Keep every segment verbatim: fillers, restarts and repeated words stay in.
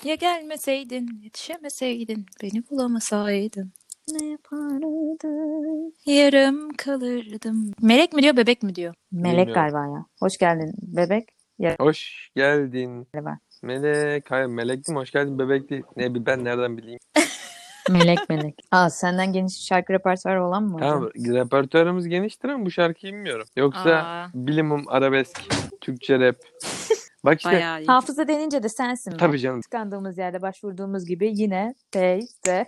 Ya gelmeseydin, yetişemeseydin, beni bulamasaydın. Ne yapardım? Yarım kalırdım. Melek mi diyor, bebek mi diyor? Melek Bilmiyorum. galiba ya. Hoş geldin bebek. Ya Hoş geldin. galiba. Melek. Hayır melek değil mi? Hoş geldin bebek değil. Ne bileyim ben nereden bileyim. Melek melek. Aa senden geniş şarkı repertuarı olan mı hocam? Tamam repertuarımız geniştir ama bu şarkıyı bilmiyorum. Yoksa Aa, bilimum, arabesk, Türkçe rap. Bak işte bayağı iyi. Hafıza denince de sensin be. tabii canım. Tıkandığımız yerde başvurduğumuz gibi yine teyze.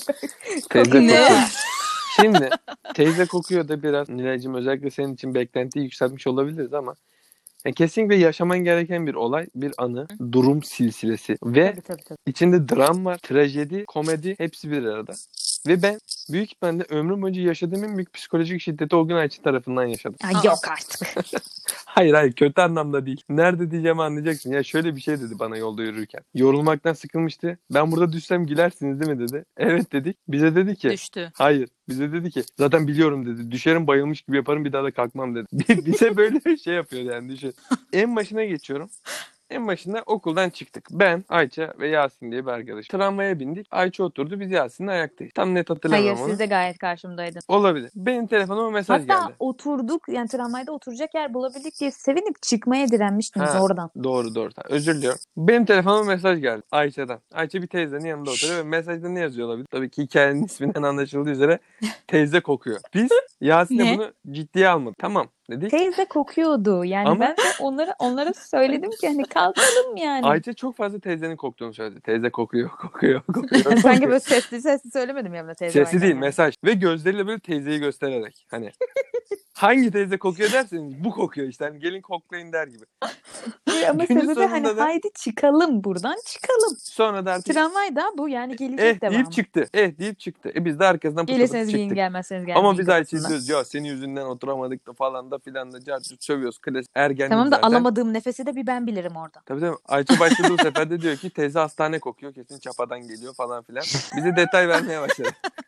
Teyze Ne? kokuyor. Şimdi teyze kokuyor da biraz Nilay'cığım özellikle senin için beklentiyi yükseltmiş olabiliriz ama yani kesinlikle yaşaman gereken bir olay, bir anı, durum silsilesi ve Tabii tabii tabii. içinde dram var, trajedi, komedi hepsi bir arada. Ve ben büyük ihtimalle ömrüm boyunca yaşadığım en büyük psikolojik şiddeti o gün Ayça tarafından yaşadım. Ay Aa. yok artık. Hayır hayır kötü anlamda değil. Nerede diyeceğimi anlayacaksın. Ya şöyle bir şey dedi bana yolda yürürken. Yorulmaktan sıkılmıştı. Ben burada düşsem gülersiniz değil mi dedi. Evet dedik. Bize dedi ki Düştü. hayır. Bize dedi ki zaten biliyorum dedi. Düşerim bayılmış gibi yaparım bir daha da kalkmam dedi. Bize böyle bir şey yapıyor yani düşün. En başına geçiyorum. En başında okuldan çıktık. Ben, Ayça ve Yasin diye bir arkadaş. Tramvaya bindik. Ayça oturdu. Biz Yasin'le ayaktayız. Tam net hatırlamıyorum Hayır onu. siz de gayet karşımdaydınız. Olabilir. Benim telefonuma mesaj Hatta geldi. oturduk yani tramvayda oturacak yer bulabildik diye sevinip çıkmaya direnmiştiniz Ha, oradan. Doğru doğru. Tamam, özür diliyorum. Benim telefonuma mesaj geldi Ayça'dan. Ayça bir teyzenin yanında oturuyor ve mesajda ne yazıyor olabilir? Tabii ki hikayenin isminden anlaşıldığı üzere teyze kokuyor. Biz Yasin'le Ne? bunu ciddiye almadık. Tamam dedik. Teyze kokuyordu. Yani Ama- ben de onlara onlara söyledim ki hani kalkalım yani. Ayça çok fazla teyzenin koktuğunu söyledi. Teyze kokuyor, kokuyor, kokuyor. Hani sanki kokuyor. böyle sesli sesli söylemedim ya teyze Sesi varken değil yani. mesaj. Ve gözleriyle böyle teyzeyi göstererek. Hani hangi teyze kokuyor derseniz bu kokuyor işte. Hani gelin koklayın der gibi. Böyle ama Günün sebebi hani sonunda da- haydi çıkalım buradan çıkalım. Sonra da artık Tramvay da bu yani gelecek eh devamı. deyip çıktı. Eh deyip çıktı. E biz de arkasından pıtı pıtı Gelirseniz gelin çıktık. gelmezseniz gelmeyin Ama biz Ayça'yı kafasında. diyoruz ya senin yüzünden oturamadık da falan da filan da cartçut sövüyoruz. Klasik ergenlik Tamam da zaten. alamadığım nefesi de bir ben bilirim orada. Tabii tabii. Ayça başladığı seferde diyor ki teyze hastane kokuyor kesin çapadan geliyor falan filan. Bize detay vermeye başladı.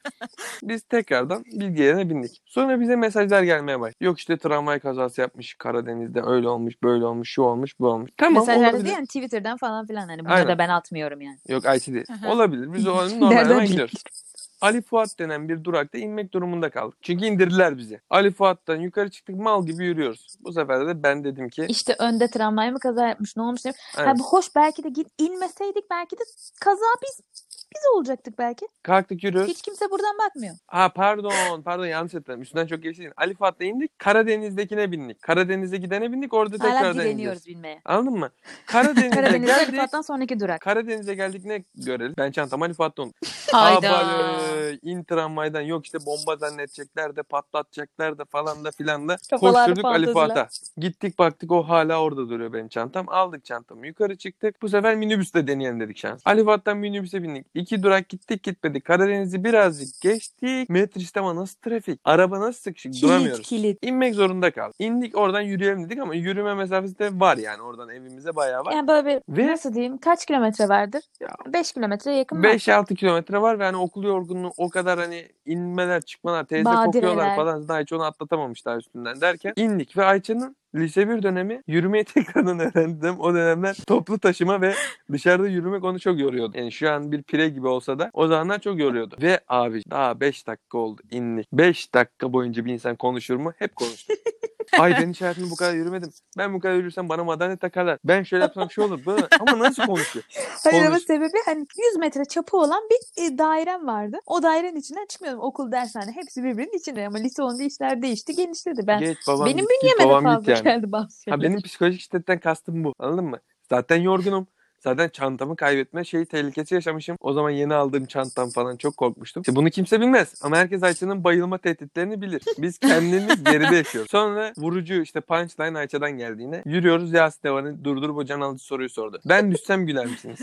Biz tekrardan bilgilerine bindik. Sonra bize mesajlar gelmeye başladı. Yok işte tramvay kazası yapmış Karadeniz'de öyle olmuş böyle olmuş şu olmuş bu olmuş. Tamam Mesajlarda olabilir. değil yani Twitter'dan falan filan hani bunları Aynen. da ben atmıyorum yani. Yok Ayça değil. Hı hı. Olabilir. Biz o normal Nereden hemen bileyim? gidiyoruz. Ali Fuat denen bir durakta inmek durumunda kaldık. Çünkü indirdiler bizi. Ali Fuat'tan yukarı çıktık mal gibi yürüyoruz. Bu sefer de ben dedim ki İşte önde tramvay mı kaza yapmış ne olmuş? Ne? Ha, aynen. bu hoş belki de git inmeseydik belki de kaza biz biz olacaktık belki. Kalktık yürüyoruz. Hiç kimse buradan bakmıyor. Ha pardon pardon yanlış ettim. Üstünden çok geçti. Ali Fuat'ta indik. Karadeniz'dekine bindik. Karadeniz'e gidene bindik. Orada Hala tekrardan direniyoruz ineceğiz. bilmeye. Anladın mı? Karadeniz'e Karadeniz'de Ali geldik. Fuat'tan sonraki durak. Karadeniz'e geldik ne görelim? Ben çantamı Ali Fuat'ta unuttum. Hayda. Abaley, in tramvaydan yok işte bomba zannedecekler de patlatacaklar da falan da filan da Kafalar koşturduk Ali fantaziler. Fuat'a. Gittik baktık o hala orada duruyor benim çantam. Aldık çantamı yukarı çıktık. Bu sefer minibüste deneyelim dedik şans. Ali Fuat'tan minibüse bindik. İki durak gittik gitmedik. Karadeniz'i birazcık geçtik. Metris'te ama nasıl trafik? Araba nasıl sıkışık Kilit duramıyoruz. kilit. İnmek zorunda kaldık. İndik oradan yürüyelim dedik ama yürüme mesafesi de var yani oradan evimize bayağı var. Yani böyle bir Ve- nasıl diyeyim kaç kilometre vardır? Ya, beş kilometreye yakın var. beş altı kilometre var ve hani okul yorgunluğu o kadar hani inmeler çıkmalar teyze Badireler. kokuyorlar falan zaten Ayça onu atlatamamışlar üstünden derken indik ve Ayça'nın lise bir dönemi yürümeyi tekrardan öğrendim. O dönemler toplu taşıma ve dışarıda yürümek onu çok yoruyordu. Yani şu an bir pire gibi olsa da o zamanlar çok yoruyordu. Ve abi daha beş dakika oldu indik. beş dakika boyunca bir insan konuşur mu? Hep konuştu. Ay ben hiç hayatımda bu kadar yürümedim. Ben bu kadar yürürsem bana madalya takarlar. Ben şöyle yapsam şu olur. Böyle. Ama nasıl konuşuyor? Hayır ama Konuş. sebebi hani yüz metre çapı olan bir e, dairem vardı. O dairenin içinden çıkmıyordum. Okul, dershane hepsi birbirinin içinde ama lise onunda işler değişti, genişledi. Ben Geç babam benim git, bünyeme de babam git fazla yani. geldi bazı şeyler. Ha benim psikolojik şiddetten kastım bu. Anladın mı? Zaten yorgunum. Zaten çantamı kaybetme şeyi tehlikesi yaşamışım. O zaman yeni aldığım çantam falan çok korkmuştum. İşte bunu kimse bilmez. Ama herkes Ayça'nın bayılma tehditlerini bilir. Biz kendimiz geride yaşıyoruz. Sonra vurucu işte punchline Ayça'dan geldi yine. Yürüyoruz Yasin Devan'ı durdurup o can alıcı soruyu sordu. Ben düşsem güler misiniz?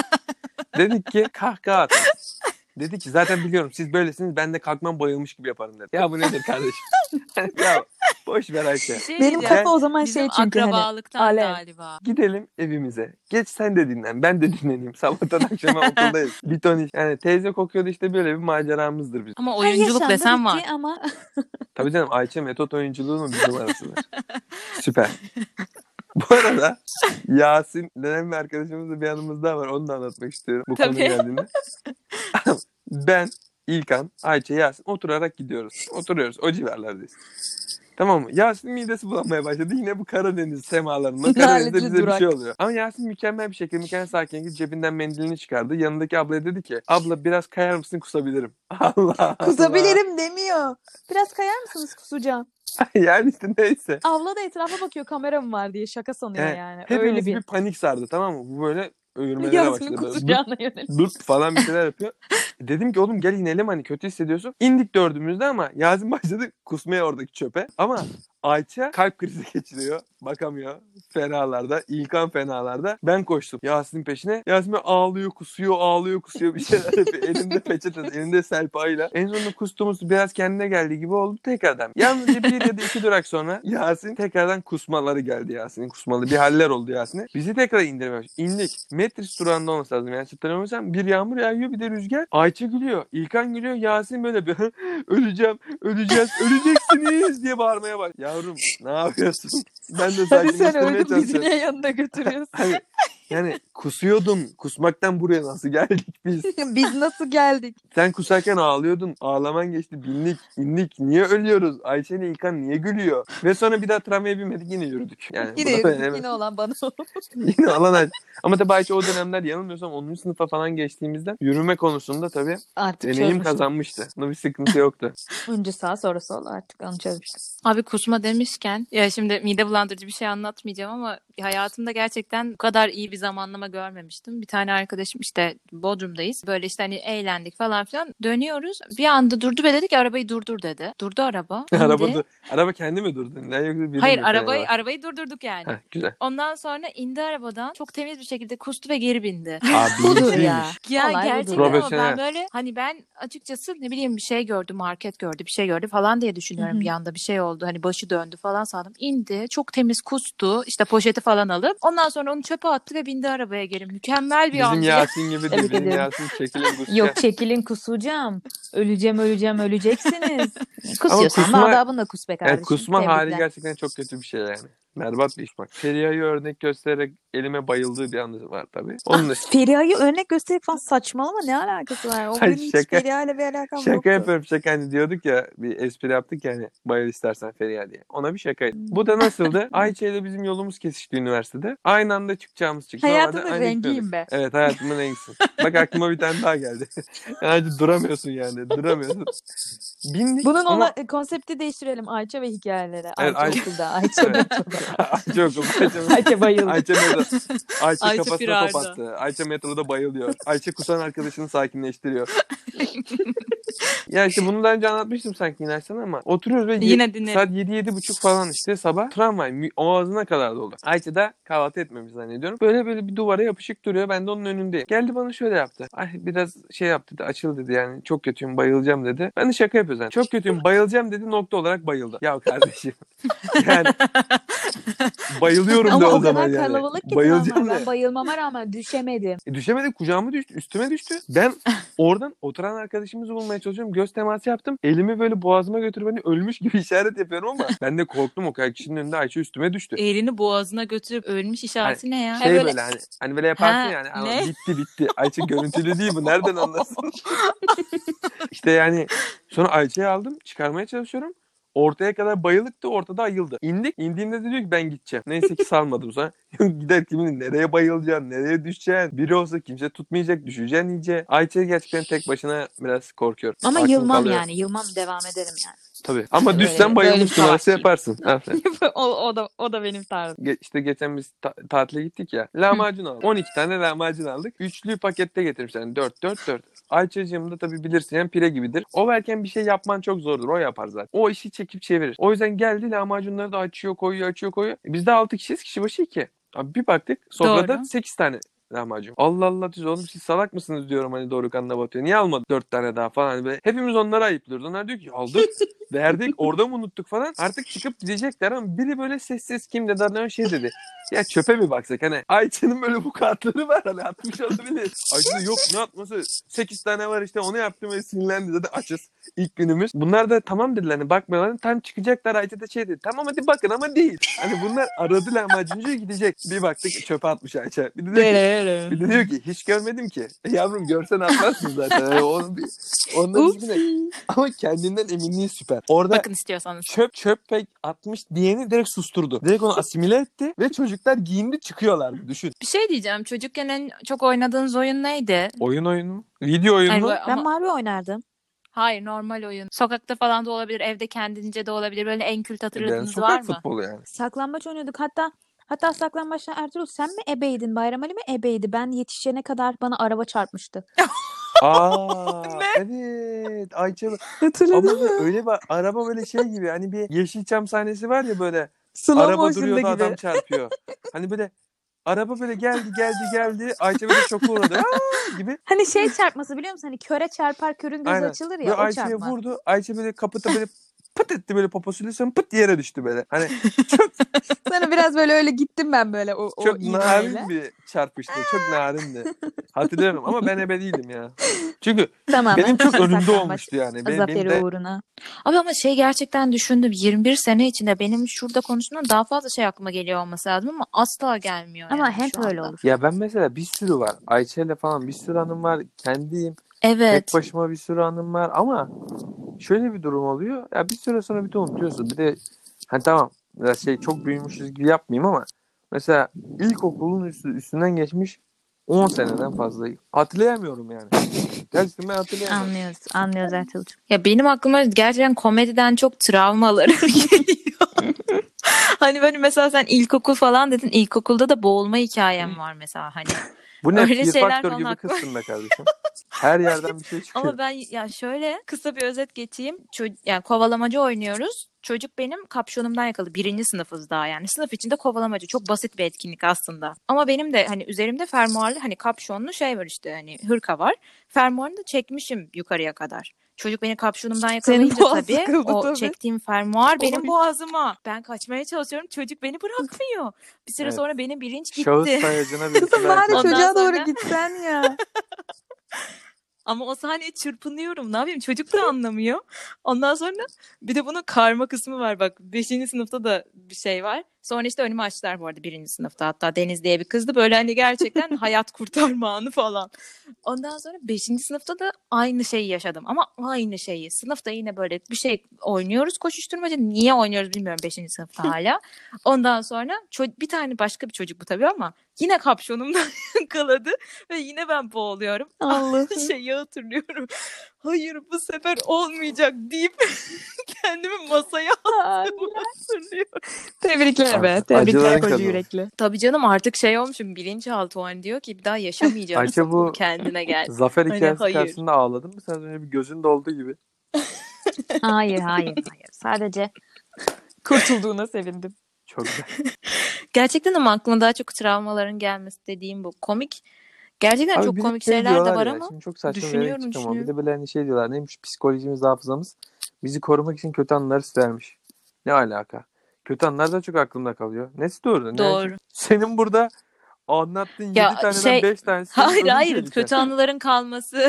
Dedik ki kahkaha atarız. Dedi ki zaten biliyorum siz böylesiniz ben de kalkmam bayılmış gibi yaparım dedi. Ya bu nedir kardeşim? Ya boş ver Ayça. Bir şey Benim diyeceğim. kafa o zaman Bizim şey çünkü hani akrabalıktan alev. galiba. Gidelim evimize. Geç sen de dinlen. Ben de dinleneyim. Sabahtan akşama okuldayız. Bir ton iş. Yani teyze kokuyordu işte böyle bir maceramızdır bizim. Ama Ay, oyunculuk yaşandı, desem var. bitti ama Tabii canım Ayça metot oyunculuğu mu bizim arasıdır. Süper. Bu arada Yasin denen bir arkadaşımız da bir yanımız daha var. Onu da anlatmak istiyorum bu konu Tabii. geldiğinde. Ben, İlkan, Ayça, Yasin oturarak gidiyoruz. Oturuyoruz. O civarlardayız. Tamam mı? Yasin'in midesi bulanmaya başladı. Yine bu Karadeniz semalarında. Karadeniz'de Lanetli bize bir durak. şey oluyor. Ama Yasin mükemmel bir şekilde, mükemmel sakin cebinden mendilini çıkardı. Yanındaki ablaya dedi ki, abla biraz kayar mısın, kusabilirim. Allah Allah. Kusabilirim demiyor. Biraz kayar mısınız, kusacağım. Yani işte neyse. Abla da etrafa bakıyor, kamera mı var diye, şaka sanıyor Yani yani. hepimiz Öyle bir bir. panik sardı, tamam mı? Bu böyle övürmelere Yasin'in başladı. kusacağına yönelik. Dur falan bir şeyler yapıyor. Dedim ki oğlum gel inelim, hani kötü hissediyorsun. İndik dördümüzde ama Yasin başladı kusmaya oradaki çöpe. Ama Ayça kalp krizi geçiriyor. Bakamıyor. Fenalarda. İlkan fenalarda. Ben koştum Yasin'in peşine. Yasin böyle ağlıyor, kusuyor, ağlıyor, kusuyor, bir şeyler yapıyor. Elinde peçete, elinde selpayla. En sonunda kustuğumuz biraz kendine geldiği gibi oldu tekrardan. Yalnızca bir ya da iki durak sonra Yasin tekrardan kusmaları geldi Yasin'in. Kusmalı bir haller oldu Yasin'e. Bizi tekrar indirmeye başladı. İndik. Metris durağında olması lazım. Yani hatırlamıyorsam bir yağmur yağıyor, bir de rüzgar. Ayça gülüyor. İlkan gülüyor. Yasin böyle bir öleceğim, öleceğiz, öleceksiniz diye bağırmaya bak. Yavrum ne yapıyorsun? Ben de Hadi sen sakinleştirmeye öldün, bizi çalışıyorum. niye yanında götürüyorsun? Hani, yani kusuyordum. Kusmaktan buraya nasıl geldik biz? Biz nasıl geldik? Sen kusarken ağlıyordun. Ağlaman geçti. Bindik, indik. Niye ölüyoruz? Ayşe ile İlkan niye gülüyor? Ve sonra bir daha tramvaya binmedik. Yine yürüdük. Yani Yine bu da yürüdük, benim- yine olan bana oldu. Yine alan Ayşe. Ama tabii Ayşe o dönemler yanılmıyorsam onuncu sınıfa falan geçtiğimizde yürüme konusunda tabii Artık deneyim çözmüştüm. kazanmıştı. Bunda bir sıkıntı yoktu. Önce sağ sonra sol, artık onu çözmüştüm. Abi kusma demişken ya şimdi mide bulandırıcı bir şey anlatmayacağım ama hayatımda gerçekten bu kadar iyi bir zamanlama görmemiştim. Bir tane arkadaşım işte Bodrum'dayız. Böyle işte hani eğlendik falan filan. Dönüyoruz. Bir anda durdu ve dedi ki arabayı durdur dedi. Durdu araba. indi. araba, dur- araba kendi mi durdu? Ne yoksa biri Hayır mi arabayı freni var? arabayı durdurduk yani. Heh, güzel. Ondan sonra indi arabadan. Çok temiz bir şekilde kustu ve geri bindi. Abi Budur iyiymiş. ya. Ya Olay budur. gerçekten ama Profesyonel. ben böyle hani ben açıkçası ne bileyim bir şey gördü, market gördü, bir şey gördü falan diye düşünüyorum. Hı hı. Bir anda bir şey oldu. Hani başı döndü falan sandım. İndi. Çok temiz kustu. İşte poşeti falan alıp ondan sonra onu çöpe attı ve bindi arabaya geri. Mükemmel bir Bizim andı. Yasin gibi değil. Tebrik Bizim ederim. Yasin çekilir kusacak. Yok çekilin, kusacağım. Öleceğim, öleceğim, öleceksiniz. Kusuyorsan kusma- da adabınla kus be kardeşim. Yani kusma hali Tebrikler. gerçekten çok kötü bir şey yani. Berbat bir iş bak. Feriha'yı örnek göstererek elime bayıldığı bir anı var tabii. Onun da Feriha'yı örnek gösterip falan saçmalama, ne alakası var? O Hayır, benim hiç şaka- Feriha'yla bir alakam şaka yoktu. yapıyorum, şaka, hani diyorduk ya, bir espri yaptık ya hani bayıl istersen Feriha diye. Ona bir şakaydı. Bu da nasıldı? Ayça ile bizim yolumuz kesişti üniversitede. Aynı anda çıkacağımız çıktı. Hayatının Normalde aynı rengiyim gitmiyorduk. be. Evet, hayatımın rengisin. Bak aklıma bir tane daha geldi. Yani duramıyorsun yani. Duramıyorsun. Bindik Bunun ama... ona konsepti değiştirelim. Ayça ve hikayeleri. Evet, Ayça Ayça- okulda, Ayça Evet. metroda. Ayça okul. Ayça, Ayça bayıldı. Ayça metro. Ayça, Ayça kafasına firarda. top attı. Ayça metroda bayılıyor. Ayça kusan arkadaşını sakinleştiriyor. Ya işte bunu daha önce anlatmıştım sanki inersen ama oturuyoruz ve ye- Yine dinlerim. saat yedi yedi buçuk falan işte sabah tramvay mü- ağzına kadar dolu. Ayça da kahvaltı etmemiş zannediyorum. Böyle böyle bir duvara yapışık duruyor. Ben de onun önündeyim. Geldi bana şöyle yaptı. Ay biraz şey yaptı dedi. Açıl dedi yani. Çok kötüyüm, bayılacağım dedi. Ben de şaka yapıyor zaten. Çok kötüyüm, bayılacağım dedi. Nokta olarak bayıldı. Ya kardeşim. Yani bayılıyorum da Ama o, o zaman kadar yani. kalabalık ki Bayılacağım tramvay. ne? Ben bayılmama rağmen düşemedim. E düşemedi, kucağıma düştü, üstüme düştü. Ben oradan oturan arkadaşımızı bulmaya çalışıyorum. Göz teması yaptım. Elimi böyle boğazıma götürüp hani ölmüş gibi işaret yapıyorum ama ben de korktum, o kadar kişinin önünde Ayça üstüme düştü. Elini boğazına götürüp ölmüş işareti ne ya? Şey Ha, böyle, böyle- hani hani böyle yaparsın Ha, yani. Ama ne? bitti bitti. Ayça görüntülü değil bu. Nereden anlasın? İşte yani sonra Ayça'yı aldım. Çıkarmaya çalışıyorum. Ortaya kadar bayılıktı. Ortada ayıldı. İndik. İndiğimde de diyor ki ben gideceğim. Neyse ki salmadım sonra. Gider kimin nereye bayılacaksın? Nereye düşeceksin? Biri olsa kimse tutmayacak. Düşeceksin iyice. Ayça'ya gerçekten tek başına biraz korkuyorum. Ama Aklım yılmam kalıyor. yani. Yılmam, devam ederim yani. Tabii. Ama Böyle- düşsen böyle bayılmış bir numarası salak. yaparsın. Aferin. o, o da o da benim tarzım. Ge- işte geçen biz ta- tatile gittik ya. Lahmacun aldık. on iki tane lahmacun aldık. Üçlü pakette getirmişler. Yani dört dört dört. Ayça'cığım da tabii bilirsin yani pire gibidir. O verken bir şey yapman çok zordur. O yapar zaten. O işi çekip çevirir. O yüzden geldi lahmacunları da açıyor koyuyor açıyor koyuyor. E biz de altı kişiyiz. Kişi başı iki. Abi bir baktık sofrada Doğru. sekiz tane lahmacun. Allah Allah diyoruz oğlum siz salak mısınız diyorum hani Doruk Anna batıyor. Niye almadı dört tane daha falan. Hani böyle hepimiz onları ayıplıyoruz. Onlar diyor ki aldık. Verdik orada mı unuttuk falan. Artık çıkıp gidecekler ama biri böyle sessiz kim dedi adam şey dedi. Ya çöpe mi baksak hani Ayça'nın böyle bu kartları var hani atmış olabilir. Ayça da yok ne atması sekiz tane var işte onu yaptım ve sinirlendi zaten açız ilk günümüz. Bunlar da tamam dediler hani bakmıyorlar tam çıkacaklar Ayça da şey dedi tamam hadi bakın ama değil. Hani bunlar aradı lahmacuncuya gidecek. Bir baktık çöpe atmış Ayça. Bir de diyor ki, bir de diyor ki hiç görmedim ki. E yavrum görsen atmazsın zaten. Yani onu bir, ondan hiçbirine. Ama kendinden eminliği süper. Orada Bakın istiyorsanız. çöp çöp pek atmış diyeni direkt susturdu. Direkt onu asimile etti ve çocuklar giyindi çıkıyorlardı düşün. Bir şey diyeceğim. Çocukken en çok oynadığınız oyun neydi? Oyun oyunu. Video oyunu. Hani mu? böyle Ben ama Mario oynardım. hayır normal oyun. Sokakta falan da olabilir, evde kendince de olabilir. Böyle en kült Ben hatırladığınız sokak var mı? futbolu yani. Saklambaç oynuyorduk. Hatta hatta saklambaçta Ertuğrul sen mi ebeydin? Bayram Ali mi ebeydi? Ben yetişene kadar bana araba çarpmıştı. Aa Ne? evet. Ayça ama Hatırladın böyle mı? öyle bir araba böyle şey gibi hani bir Yeşilçam sahnesi var ya böyle Slow araba motion'da duruyor da gibi. adam çarpıyor. Hani böyle araba böyle geldi geldi geldi Ayça böyle şoka uğradı Aa! gibi. Hani şey çarpması biliyor musun? Hani köre çarpar körün gözü Aynen. açılır Ve ya o Ayça'ya çarpma. vurdu. Ayça böyle kapıda böyle pıt etti böyle poposuyla sonra pıt yere düştü böyle. Hani çok Sonra biraz böyle öyle gittim ben böyle o, o çok ivmeyle. narin bir çarpıştı. Çok narindi. Hatırlıyorum ama ben ebe değildim ya. Çünkü Tamamen benim çok önümde saklambaç olmuştu yani. Benim, benim zaferi de uğruna. Abi ama şey gerçekten düşündüm. yirmi bir sene içinde benim şurada konuştuğumdan daha fazla şey aklıma geliyor olması lazım ama asla gelmiyor Ama yani hep şu öyle anda. olur. ya ben mesela bir sürü var. Ayça'yla falan bir sürü anım var. Kendiyim. Evet. Tek başıma bir sürü anım var ama şöyle bir durum oluyor. Ya bir süre sonra bir de unutuyorsun. Bir de hani tamam biraz şey çok büyümüşüz gibi yapmayayım ama mesela ilkokulun üstü, üstünden geçmiş on seneden fazla. Hatırlayamıyorum yani. Gerçekten ben hatırlayamıyorum. Anlıyoruz. Anlıyoruz Ertuğrul'cum. Ya benim aklıma gerçekten komediden çok travmalarım geliyor. Hani böyle mesela sen ilkokul falan dedin. İlkokulda da boğulma hikayem var mesela hani. Bu ne? Öyle Fear şeyler Factor falan gibi aklıma. kızsın be kardeşim. Her yerden bir şey çıkıyor. Ama ben ya şöyle kısa bir özet geçeyim. Ço- yani kovalamacı oynuyoruz. Çocuk benim kapşonumdan yakaladı. Birinci sınıfız daha yani. Sınıf içinde kovalamacı. Çok basit bir etkinlik aslında. Ama benim de hani üzerimde fermuarlı hani kapşonlu şey var işte hani hırka var. Fermuarını da çekmişim yukarıya kadar. Çocuk beni kapşonumdan Senin yakalayınca boğaz tabii sıkıldı o tabii. çektiğim fermuar benim Oy. boğazıma. Ben kaçmaya çalışıyorum. Çocuk beni bırakmıyor. Bir süre Evet. sonra benim bilinç Şahıs gitti. sayacına birisi Kızım daha bari eklendi. Ondan çocuğa doğru sonra gitsen ya. ama o saniye çırpınıyorum. Ne yapayım? Çocuk da anlamıyor. Ondan sonra bir de bunun karma kısmı var. Bak beşinci sınıfta da bir şey var. Sonra işte önümü açtılar bu arada birinci sınıfta. Hatta Deniz diye bir kızdı. Böyle hani gerçekten hayat kurtarma anı falan. Ondan sonra beşinci sınıfta da aynı şeyi yaşadım. Ama aynı şeyi. Sınıfta yine böyle bir şey oynuyoruz koşuşturmaca. Niye oynuyoruz bilmiyorum beşinci sınıfta hala. Ondan sonra ço- bir tane başka bir çocuk bu tabii ama yine kapşonumdan yakaladı. Ve yine ben boğuluyorum. Allah'ım. Şeyi hatırlıyorum. Hayır bu sefer olmayacak deyip kendimi masaya attığımı hatırlıyorum. Tebrikler be. Acıların Tebrikler koca kadını. yürekli. Tabii canım artık şey olmuşum bilinçaltı o an diyor ki bir daha yaşamayacaksın. Ayça bu Kendine gel. zafer Hani hikayesi hayır. karşısında ağladın mı? Sen az önce bir gözün doldu gibi. Hayır hayır hayır. Sadece kurtulduğuna sevindim. Çok güzel. Gerçekten ama aklıma daha çok travmaların gelmesi dediğim bu. Komik. Gerçekten Abi çok bir de komik şey şeyler de diyorlar var ya. ama Şimdi çok saçma bir yere düşünüyorum gidecek ama bir düşünüyorum. de böyle hani şey diyorlar. Neymiş psikolojimiz, hafızamız bizi korumak için kötü anıları silermiş. Ne alaka? Kötü anılar da çok aklımda kalıyor. Nesi doğru? Ne? Doğru. Senin burada anlattığın yedi Ya taneden şey beş tanesi senin hayır ölüm hayır tehliken. kötü anıların kalması.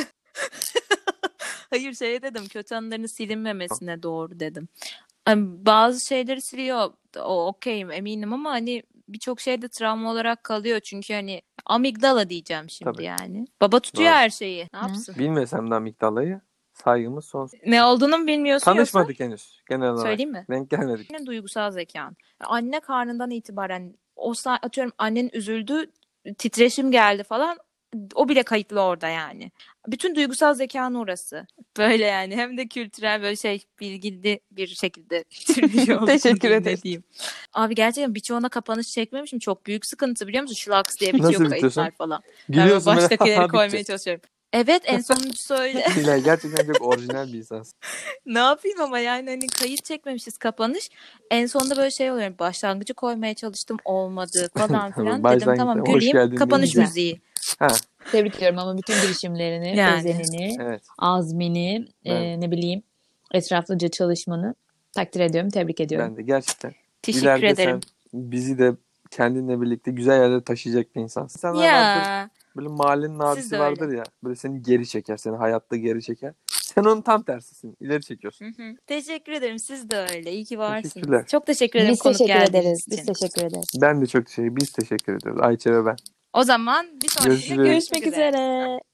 Hayır şey dedim kötü anıların silinmemesine doğru dedim. Hani bazı şeyleri siliyor. O okeyim eminim ama hani birçok şey de travma olarak kalıyor. Çünkü hani amigdala diyeceğim şimdi Tabii. yani. Baba tutuyor Doğru. her şeyi. Ne yapsın? Bilmesem de amigdalayı saygımız sonsuz. Ne olduğunu mu bilmiyorsun yoksa Tanışmadık henüz genel olarak. söyleyeyim mi? Denk gelmedik. Senin duygusal zekan. Anne karnından itibaren o sa- atıyorum annen üzüldü, titreşim geldi falan. O bile kayıtlı orada yani. Bütün duygusal zekanı orası. Böyle yani hem de kültürel böyle şey bilgili bir şekilde bitiriliyor olsun Teşekkür diyeyim, ne ederim. diyeyim. Abi gerçekten birçoğuna kapanış çekmemişim. Çok büyük sıkıntı biliyor musun? Şlaks diye bitiyor Nasıl kayıtlar bitiyorsun? falan. Ben böyle Gülüyorsun böyle. baştakileri "Haha, koymaya bitti." çalışıyorum. Evet en sonuncusu öyle. Hilal gerçekten çok orijinal bir insansın. Ne yapayım ama yani hani kayıt çekmemişiz kapanış. En sonunda böyle şey oluyor. Başlangıcı koymaya çalıştım olmadı falan filan. Dedim Başlangıçta tamam hoş güleyim. geldin Kapanış Güzel. müziği. Ha, Tebrik ediyorum ama bütün girişimlerini, Yani. özenini, evet. azmini, Ben- e, ne bileyim etraflıca çalışmanı takdir ediyorum, tebrik ediyorum. Ben de gerçekten. Teşekkür İleride ederim. sen bizi de kendinle birlikte güzel yerlere taşıyacak bir insansın. İnsanlar vardır, Ya böyle mahallenin siz abisi de öyle. vardır ya. Böyle seni geri çeker. Seni hayatta geri çeker. Sen onun tam tersisin. İleri çekiyorsun. Hı hı. Teşekkür ederim. Siz de öyle. İyi ki varsınız. Teşekkürler. Çok teşekkür ederim Biz konuk teşekkür geldiğiniz ederiz. için. Biz teşekkür ederiz. Ben de çok teşekkür Biz teşekkür ediyoruz. Ayça ve ben. O zaman bir sonrakine Görüşürüz. görüşmek Görüşmek üzere. üzere.